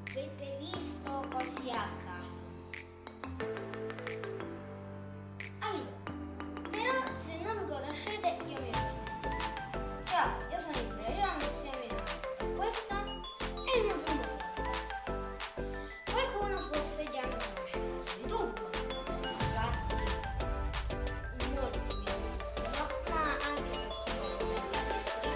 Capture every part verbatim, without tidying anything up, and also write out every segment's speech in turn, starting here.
Avete visto così a caso? Allora, però se non mi conoscete io mi presento. Ciao, io sono Ibrahima Messia e questo è il mio primo podcast. Qualcuno forse già mi conosce su YouTube, infatti molti mi conoscono, ma anche persone che mi adesso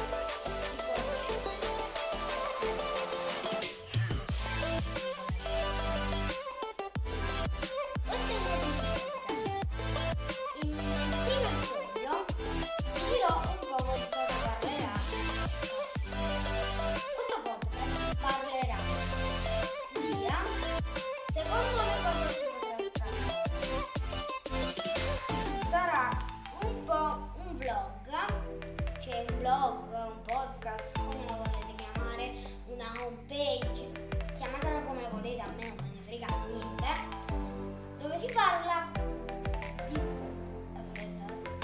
blog, un podcast, come lo volete chiamare, una homepage, chiamatela come volete, a me non me ne frega niente, dove si parla di... aspetta, aspetta.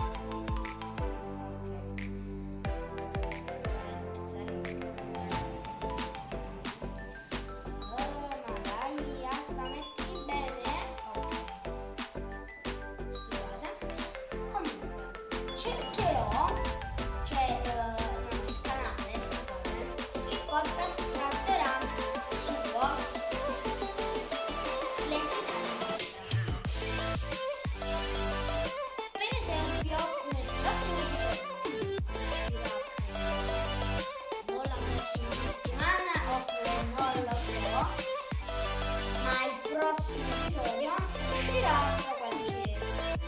Ok. Oh, ma dai, asta, metti bene. Ok. Scusate. Comunque, cercherò... prossimo episodio uscirà tra qualche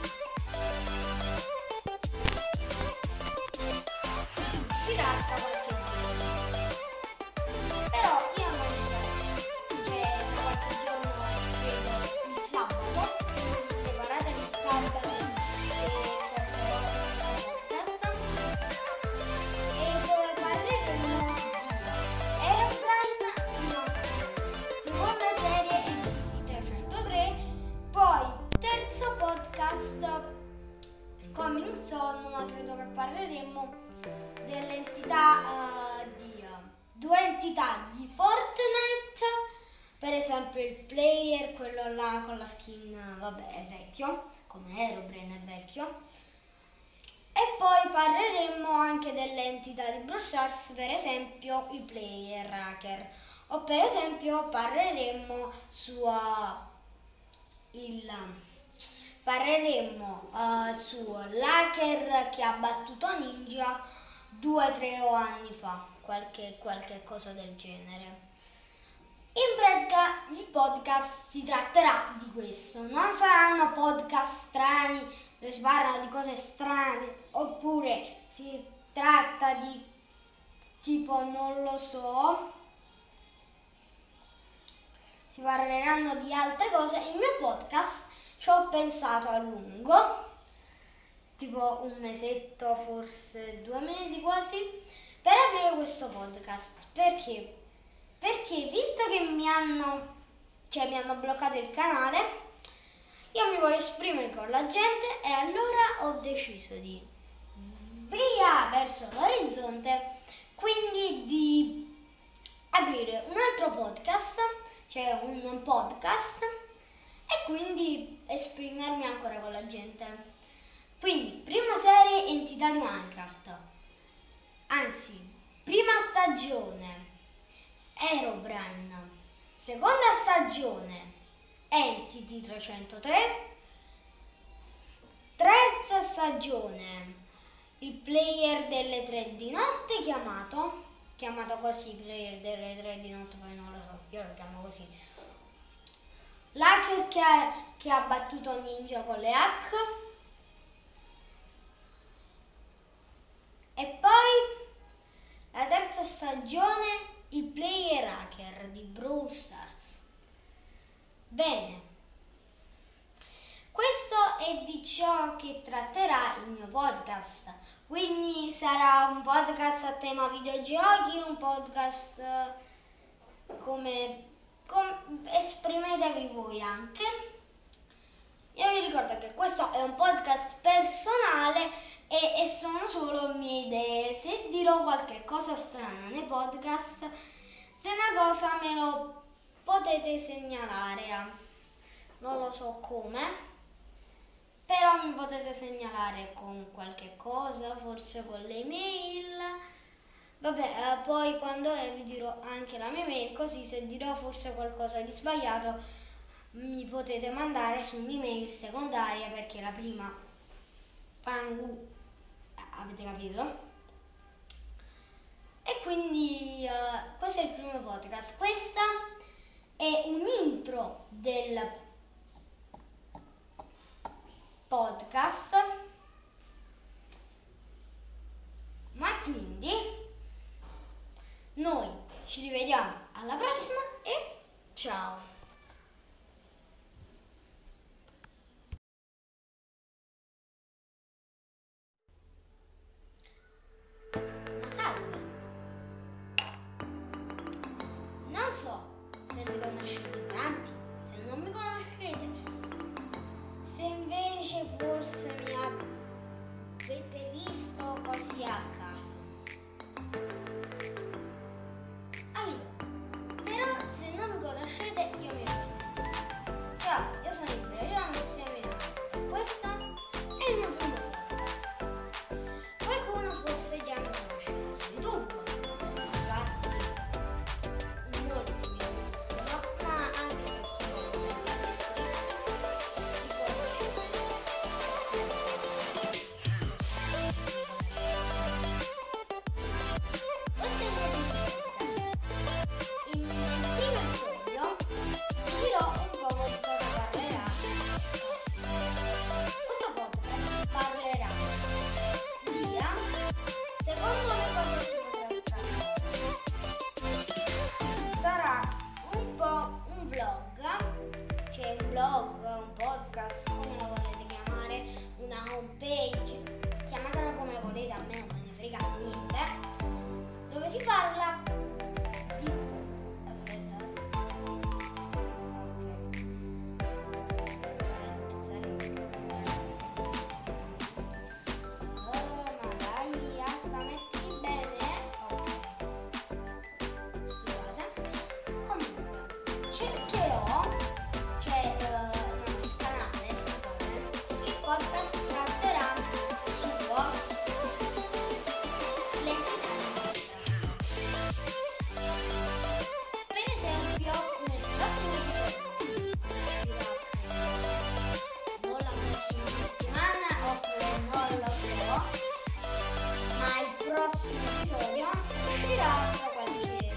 uscirà tra qualche giorno, però io non so, cioè tra qualche giorno credo il sabato, quindi preparatevi il sabato e porterò la podcast e dove parleremo di Herobrine, di nostra seconda serie, poi terzo podcast coming soon, ma credo che parleremo delle entità uh, di uh, due entità di Fortnite, per esempio il player, quello là con la skin, vabbè, è vecchio, come Herobrine è vecchio, e poi parleremo anche delle entità di Brawl Stars, per esempio il player hacker, o per esempio parleremo su uh, il parleremo uh, sull'hacker che ha battuto Ninja due o tre anni fa, qualche, qualche cosa del genere. In pratica il podcast si tratterà di questo, non saranno podcast strani dove si parlano di cose strane, oppure si tratta di tipo, non lo so, si parleranno di altre cose. Il mio podcast ci ho pensato a lungo, tipo un mesetto, forse due mesi quasi, per aprire questo podcast. Perché? Perché visto che mi hanno, cioè mi hanno bloccato il canale, io mi voglio esprimere con la gente e allora ho deciso di via verso l'orizzonte, quindi di aprire un altro podcast, cioè un podcast, e quindi esprimermi ancora con la gente. Quindi prima serie entità di Minecraft, anzi prima stagione Herobrine, seconda stagione Entity trecentotré, terza stagione il player delle tre di notte, chiamato chiamato così, player delle tre di notte, poi non lo so, io lo chiamo così, l'hacker che ha, che ha battuto Ninja con le hack, e poi la terza stagione il player hacker di Brawl Stars. Bene, questo è di ciò che tratterà il mio podcast, quindi sarà un podcast a tema videogiochi, un podcast come, come esprimetevi voi anche. Io vi ricordo che questo è un podcast personale e, e sono solo mie idee. Se dirò qualche cosa strana nei podcast, se una cosa me lo potete segnalare a, non lo so come, però mi potete segnalare con qualche cosa, forse con le email. Vabbè, eh, poi quando è vi dirò anche la mia mail, così se dirò forse qualcosa di sbagliato mi potete mandare su un'email secondaria, perché la prima pangu, avete capito? E quindi uh, questo è il primo podcast. Questa è un intro del podcast, ma quindi noi ci rivediamo alla prossima e ciao! Ma salve! Non so se mi conoscete tanti, se non mi conoscete, se invece forse mi avete visto così a caso. Allora, però se non mi conoscete io mi presento. Ciao, io sono Ibrahim Seminare e questo è il mio primo podcast. Qualcuno forse già mi conosce su YouTube, infatti molti mi conoscono, ma anche nessuno mi adesso mi conosce. Questo è il mio primo podcast. In- Nel primo episodio vi dirò un po' di cosa parlerà. Questo podcast parlerà di, secondo me, cosa si potrà trattare. Sarà un po' un vlog, cioè un blog, un podcast, come lo volete chiamare, una homepage, chiamatela come volete, a me non me ne frega niente, dove si parla di... aspetta, aspetta. Ok. Oh, ma dai, asta, mettiti bene. Ok. Scusate. Comunque, cercherò, cioè, eh, no, il canale, scusate, il podcast tratterà su l'entità di per esempio, nel prossimo episodio, non la prossima settimana oppure non lo so, ma il prossimo episodio uscirà tra qualche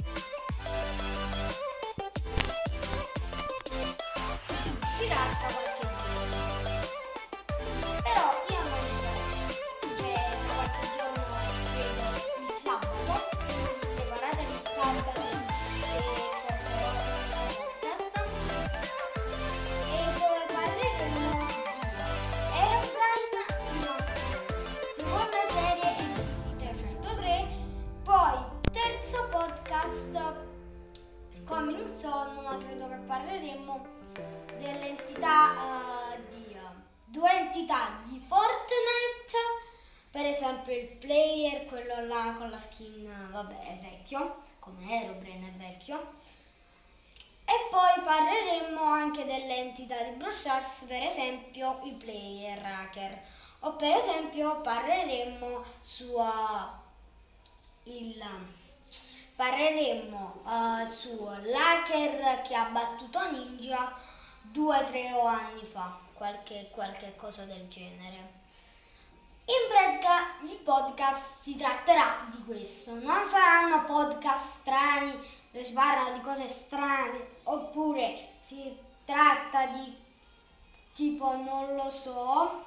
uscirà tra qualche giorno. Però io non so, cioè tra qualche giorno credo il sabato, quindi preparatevi il sabato e porterò un podcast e dove parleremo di Aeroplane, il nostro seconda serie di trecentotré, poi terzo podcast Coming Soon, ma credo che parleremo dell'entità eh, di eh, due entità di Fortnite, per esempio il player, quello là con la skin, vabbè, è vecchio, come Aeroplane è vecchio. E poi parleremo anche delle entità di Brawl Stars, per esempio il player hacker, o per esempio parleremo su uh, il parleremo uh, su l'hacker che ha battuto Ninja due o tre anni fa, qualche, qualche cosa del genere. In pratica il podcast si tratterà di questo, non saranno podcast strani dove si parlano di cose strane, oppure si tratta di tipo, non lo so,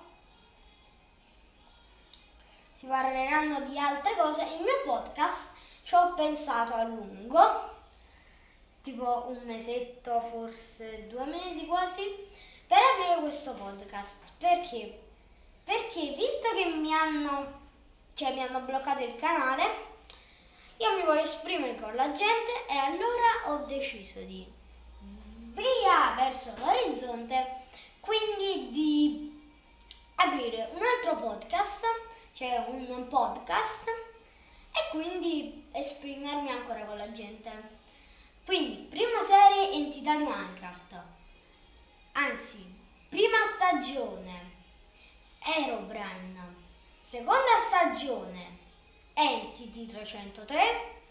si parleranno di altre cose. Il mio podcast ci ho pensato a lungo, tipo un mesetto, forse due mesi quasi, per aprire questo podcast. Perché? Perché visto che mi hanno, cioè mi hanno bloccato il canale, io mi voglio esprimere con la gente e allora ho deciso di via verso l'orizzonte, quindi di aprire un altro podcast, cioè un podcast, e quindi esprimermi ancora con la gente. Quindi prima serie l'identità di Minecraft. Anzi, prima stagione Herobrine, seconda stagione Entity trecentotré,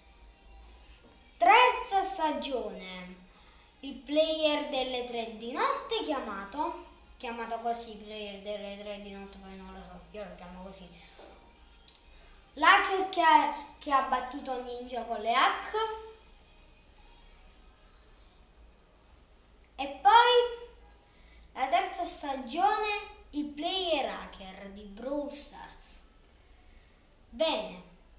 terza stagione il player delle tre di notte chiamato, chiamato così, player delle tre di notte, poi non lo so, io lo chiamo così. L'hacker che ha, che ha battuto Ninja con le hack. E poi la terza stagione il player hacker di Brawl Stars. Bene,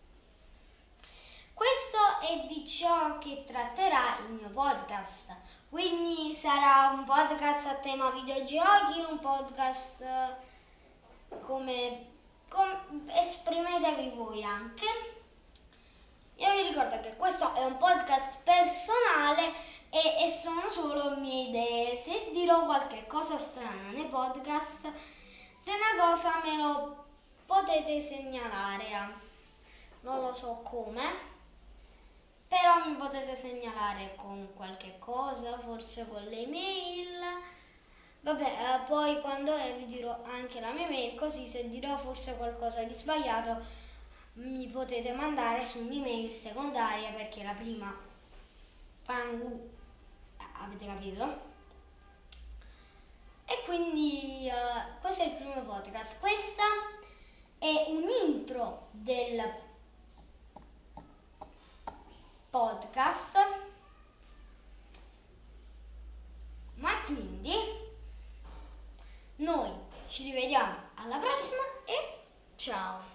questo è di ciò che tratterà il mio podcast, quindi sarà un podcast a tema videogiochi, un podcast come, come esprimetevi voi anche. Io vi ricordo che questo è un podcast personale e, e sono solo mie idee. Se dirò qualche cosa strana nei podcast, se una cosa me lo potete segnalare a, non lo so come, però mi potete segnalare con qualche cosa, forse con le email. Vabbè, eh, poi quando è vi dirò anche la mia mail, così se dirò forse qualcosa di sbagliato mi potete mandare su un'email secondaria, perché la prima pangu, avete capito? E quindi uh, questo è il primo podcast. Questa è un intro del podcast, ma quindi noi ci rivediamo alla prossima e ciao!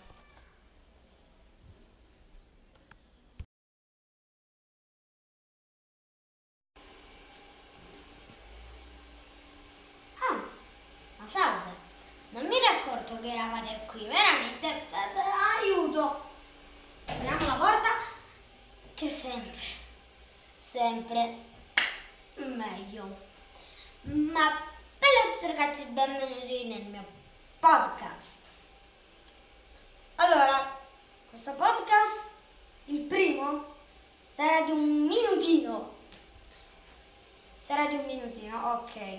Ah, ma salve, non mi ero accorto che eravate qui, veramente, aiuto! Apriamo la porta, che sempre, sempre meglio. Ma bella a tutti ragazzi, benvenuti nel mio podcast. Allora, questo podcast, il primo, sarà di un minutino. Sarà di un minutino, ok.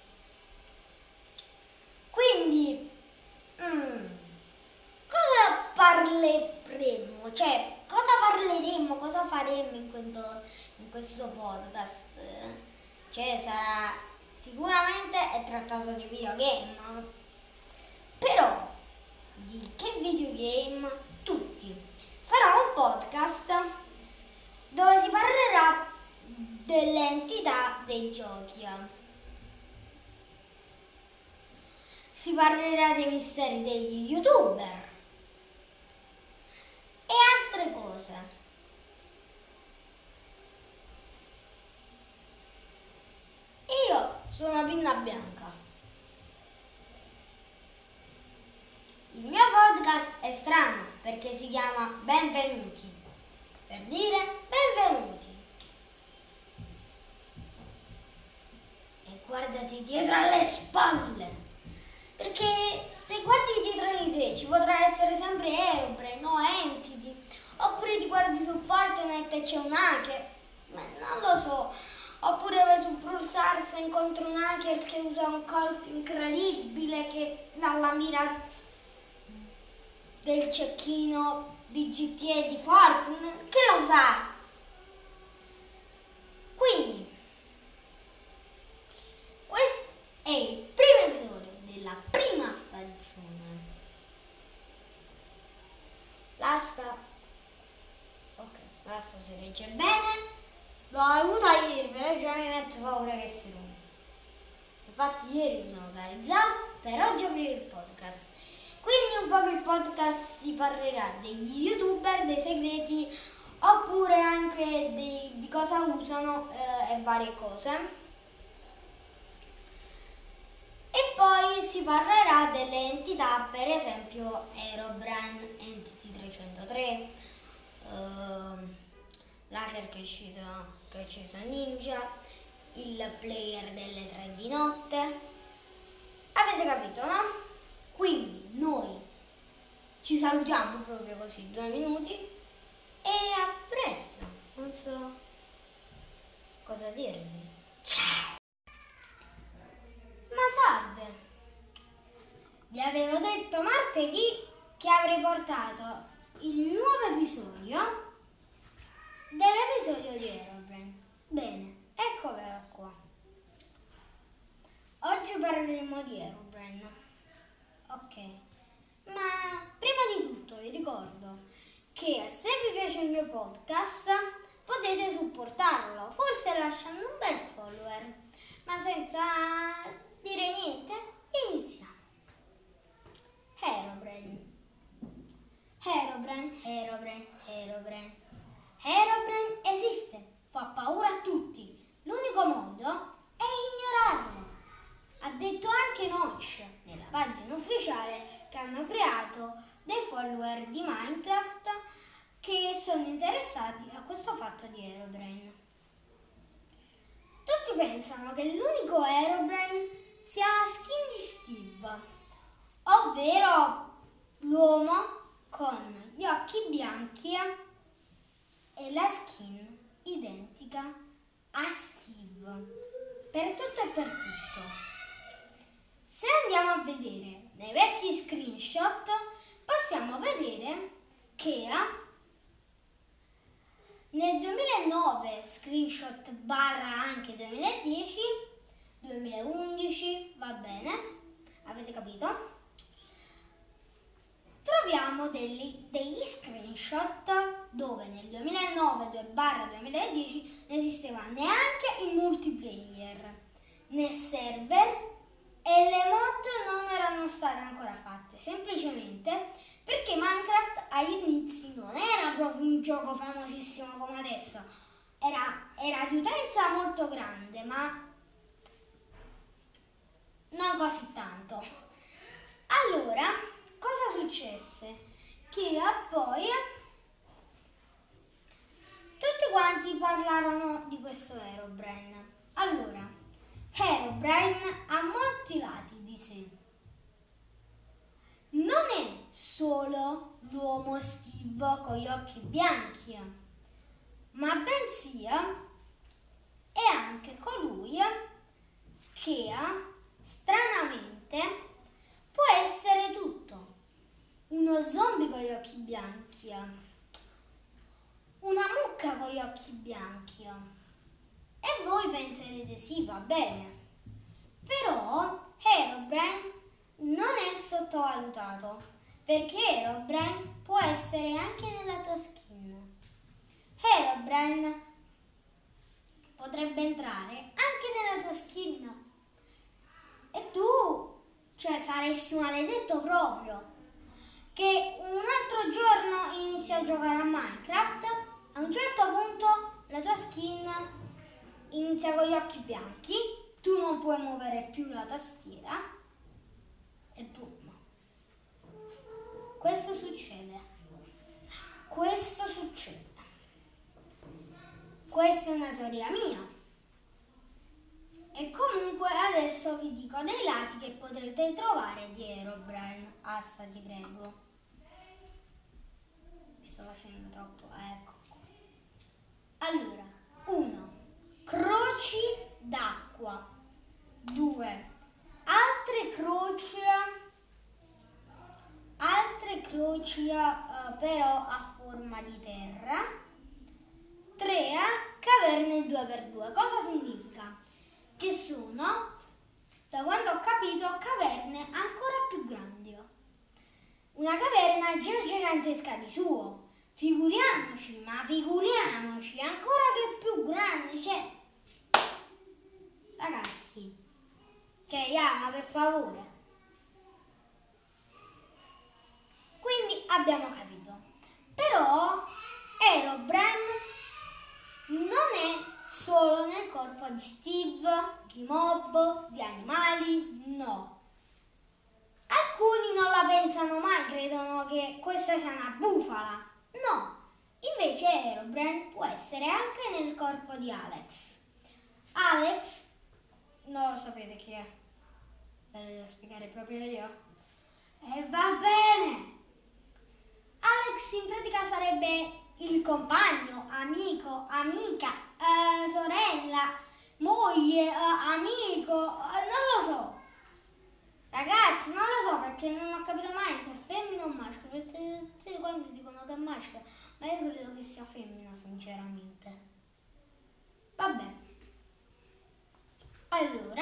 Quindi, mm, cosa parleremo? Cioè, cosa parleremo? Cosa faremo in questo, in questo podcast? Cioè, sarà sicuramente è trattato di videogame, però di che videogame? Tutti. Sarà un podcast dove si parlerà delle entità dei giochi. Si parlerà dei misteri degli youtuber e altre cose. Io sono Pinna Bianca. Il mio podcast è strano perché si chiama Benvenuti, per dire benvenuti. E guardati dietro alle spalle, perché se guardi dietro di te ci potrà essere sempre Herobrine o Entity, oppure ti guardi su Fortnite e c'è un hacker, ma non lo so, oppure vai su Brawl Stars e incontri un hacker che usa un colt incredibile che dalla mira del cecchino di G T A e di Fortnite, che lo sa. Quindi questo è il primo episodio della prima stagione. L'asta, ok, l'asta si legge bene. L'ho avuta ieri, però già mi metto paura che si rompa. Infatti ieri mi sono organizzato per oggi aprire il podcast. Quindi un po' che il podcast si parlerà degli youtuber, dei segreti, oppure anche di, di cosa usano eh, e varie cose. E poi si parlerà delle entità, per esempio Herobrine, Entity trecentotré, uh, l'hacker che è uscito, che è ucciso Ninja, il player delle tre di notte. Avete capito, no? Quindi noi ci salutiamo proprio così, due minuti, e a presto. Non so cosa dirvi. Ciao! Ma salve! Vi avevo detto martedì che avrei portato il nuovo episodio dell'episodio di Herobrine. Bene, eccolo qua. Oggi parleremo di Herobrine. Ok, ma prima di tutto vi ricordo che se vi piace il mio podcast potete supportarlo, forse lasciando un bel follower, ma senza dire niente, iniziamo. Herobrine. Herobrine, Herobrine, Herobrine. Herobrine esiste, fa paura a tutti. L'unico modo è ignorarlo. Ha detto anche Notch nella pagina ufficiale che hanno creato dei follower di Minecraft che sono interessati a questo fatto di Herobrine. Tutti pensano che l'unico Herobrine sia la skin di Steve, ovvero l'uomo con gli occhi bianchi e la skin identica a Steve, per tutto e per tutto. Se andiamo a vedere nei vecchi screenshot, possiamo vedere che nel duemilanove, screenshot barra anche duemiladieci, duemilaundici, va bene, avete capito? Troviamo degli, degli screenshot dove nel duemilanove barra duemiladieci non esisteva neanche il multiplayer né server e le mod non erano state ancora fatte, semplicemente perché Minecraft agli inizi non era proprio un gioco famosissimo come adesso, era, era di utenza molto grande, ma non così tanto. Allora, cosa successe? Che poi tutti quanti parlarono di questo Herobrine. Allora, Herobrine ha molti lati di sé. Non è solo l'uomo Steve con gli occhi bianchi, ma bensì è anche colui che stranamente può essere tutto. Uno zombie con gli occhi bianchi, una mucca con gli occhi bianchi. E voi penserete sì, va bene. Però Herobrine non è sottovalutato, perché Herobrine può essere anche nella tua skin. Herobrine potrebbe entrare anche nella tua skin. E tu, cioè, saresti maledetto proprio. Che un altro giorno inizi a giocare a Minecraft, a un certo punto la tua skin inizia con gli occhi bianchi, tu non puoi muovere più la tastiera e boom. Questo succede. Questo succede. Questa è una teoria mia. E comunque adesso vi dico dei lati che potrete trovare di Herobrine. Asta, ti prego. Mi sto facendo troppo, ecco qua. Allora, uno. Croci d'acqua. due. Altre croci, altre croci uh, però a forma di terra. tre. Caverne due per due. Cosa significa? Che sono, da quando ho capito, caverne ancora più grandi. Una caverna già gigantesca di suo. Figuriamoci, ma figuriamoci, ancora che più grande, cioè, ragazzi, che ama, per favore. Quindi abbiamo capito. Però Herobrine non è solo nel corpo di Steve, di mob, di animali, no. Alcuni non la pensano mai, credono che questa sia una bufala. No, invece Herobrine può essere anche nel corpo di Alex. Alex, non lo sapete chi è, ve lo devo spiegare proprio io. E va bene! Alex in pratica sarebbe il compagno, amico, amica, eh, sorella, moglie, amico, eh, non lo so. Ragazzi, non lo so perché non ho capito mai se è femmina o maschio. Perché tutti quanti dicono che è maschio, ma io credo che sia femmina, sinceramente. Vabbè. Allora,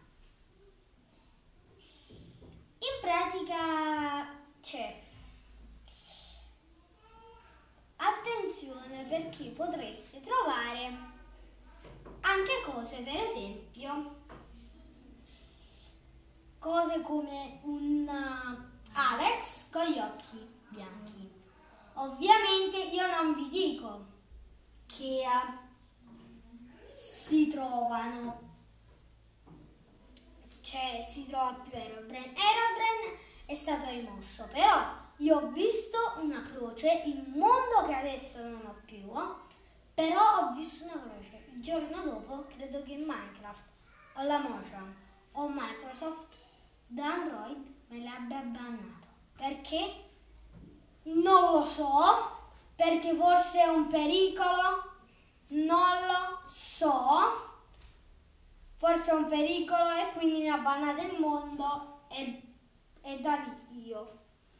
in pratica c'è. Attenzione perché potreste trovare anche cose, per esempio, cose come un uh, Alex con gli occhi bianchi. Ovviamente io non vi dico che uh, si trovano, cioè si trova più Herobrine. Herobrine è stato rimosso, però io ho visto una croce in un mondo che adesso non ho più, però ho visto una croce. Il giorno dopo, credo che in Minecraft o la Mojang o Microsoft da Android me l'abbia bannato. Perché? Non lo so, perché forse è un pericolo, non lo so. Forse è un pericolo e quindi mi ha bannato il mondo e, e da lì io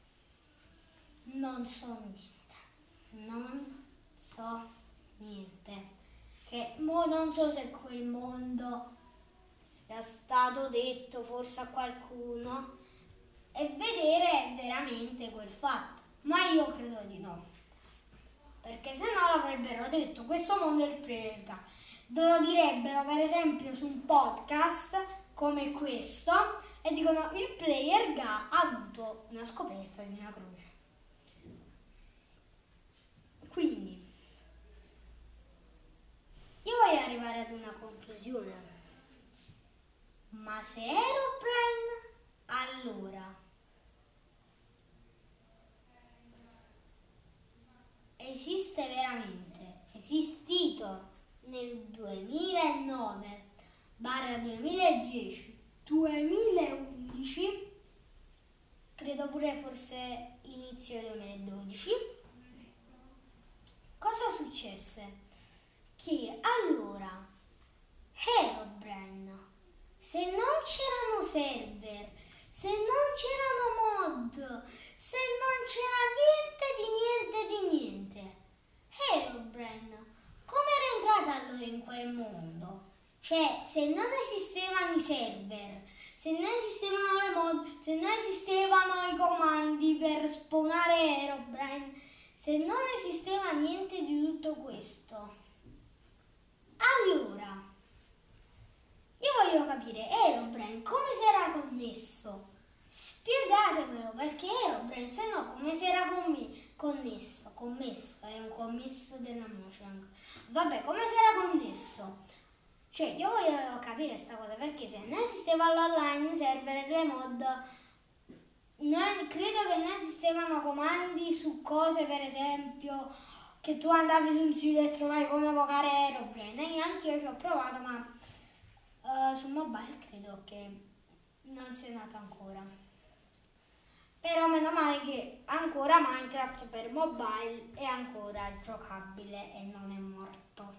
non so niente, non so niente, che mo non so se quel mondo sia stato detto forse a qualcuno e vedere veramente quel fatto, ma io credo di no, perché se no l'avrebbero detto, questo mondo è il prega, lo direbbero per esempio su un podcast come questo e dicono il player Ga ha avuto una scoperta di una croce. Quindi, io voglio arrivare ad una conclusione. Ma se Herobrine, allora esiste veramente, esistito nel duemilanove barra duemiladieci duemilaundici, credo pure forse inizio duemiladodici. Cosa successe? Che allora Herobrine, se non c'erano server, se non c'erano mod, se non c'era niente di niente di niente, Herobrine come era entrata allora in quel mondo? Cioè, se non esistevano i server, se non esistevano le mod, se non esistevano i comandi per spawnare Herobrine, se non esisteva niente di tutto questo, allora, io voglio capire, Herobrine come si era connesso? Spiegatemelo, perché Herobrine, se no, come si era connesso? Commesso, è un commesso della Mojang. Vabbè, come si era connesso? Cioè, io voglio capire questa cosa, perché se non esisteva l'online, i server, le mod, non, credo che non esistevano comandi su cose, per esempio, che tu andavi su un sito e trovavi come evocare Herobrine. E anche io ci ho provato, ma uh, su mobile credo che non sia nato ancora. Però meno male che ancora Minecraft per mobile è ancora giocabile e non è morto.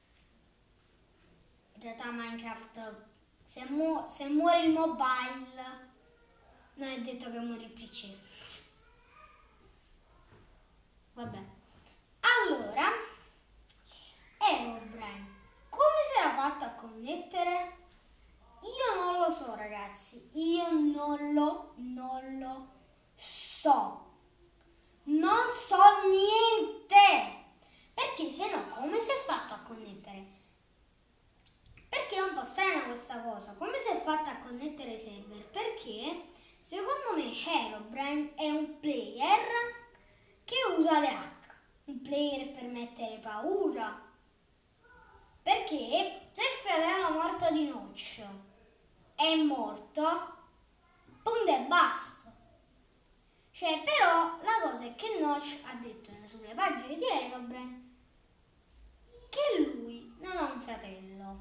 In realtà Minecraft, se, mu- se muore il mobile, non è detto che muore il P C. Vabbè. Allora, Herobrine, come si era fatto a connettere? Io non lo so, ragazzi. Io non lo, non lo so. Non so niente. Perché se no, come si è fatto a connettere? Perché è un po' strana questa cosa. Come si è fatta a connettere i server? Perché secondo me Herobrine è un player che usa le hack. Un player per mettere paura. Perché se il fratello morto di Notch è morto, punto e basta. Cioè, però, la cosa è che Notch ha detto sulle pagine di Herobrine che lui non ha un fratello.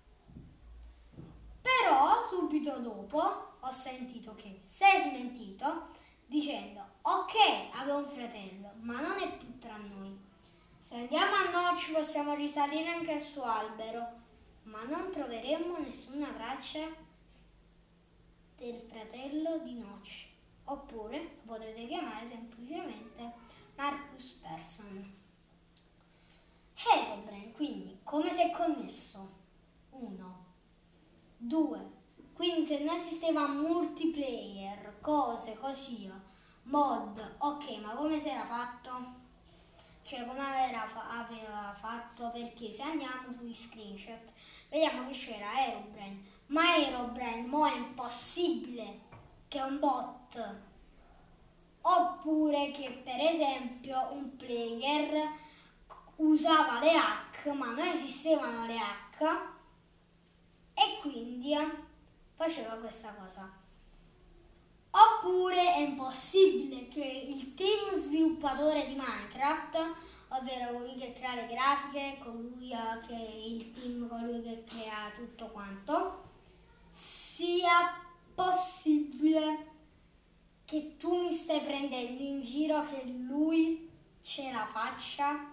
Però, subito dopo, ho sentito che si è smentito dicendo ok, avevo un fratello, ma non è più tra noi. Se andiamo a Notch possiamo risalire anche al suo albero. ma non troveremo nessuna traccia del fratello di Notch. Oppure potete chiamare semplicemente Marcus Persson. Herobrine, quindi, come si è connesso? Uno, due. Quindi se non esisteva multiplayer, cose così, mod, ok, ma come si era fatto? Cioè come aveva, fa- aveva fatto? Perché se andiamo sui screenshot vediamo che c'era Herobrine, ma Herobrine mo è impossibile che è un bot, oppure che per esempio un player usava le hack ma non esistevano le hack e quindi faceva questa cosa. Oppure è impossibile che il team sviluppatore di Minecraft, ovvero colui che crea le grafiche, colui che il team, colui che crea tutto quanto, sia possibile che tu mi stai prendendo in giro, che lui ce la faccia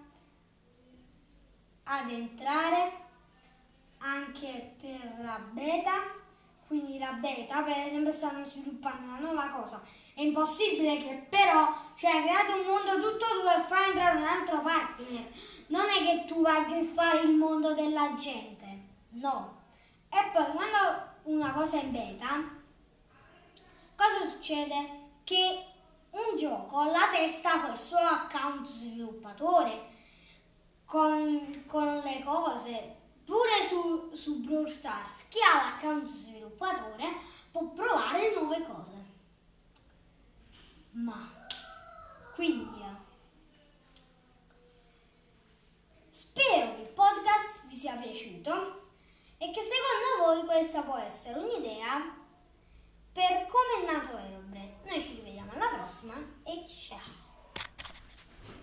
ad entrare anche per la beta. Quindi la beta, per esempio, stanno sviluppando una nuova cosa. È impossibile che però, cioè, hai creato un mondo tutto tuo e fai entrare un altro partner. Non è che tu vai a griffare il mondo della gente, no. E poi quando una cosa è in beta, cosa succede? Che un gioco la testa col suo account sviluppatore, con, con le cose. Pure su, su Brawl Stars, chi ha l'account sviluppatore può provare nuove cose. Ma, quindi, spero che il podcast vi sia piaciuto e che secondo voi questa può essere un'idea per come è nato Herobrine. Noi ci rivediamo alla prossima e ciao!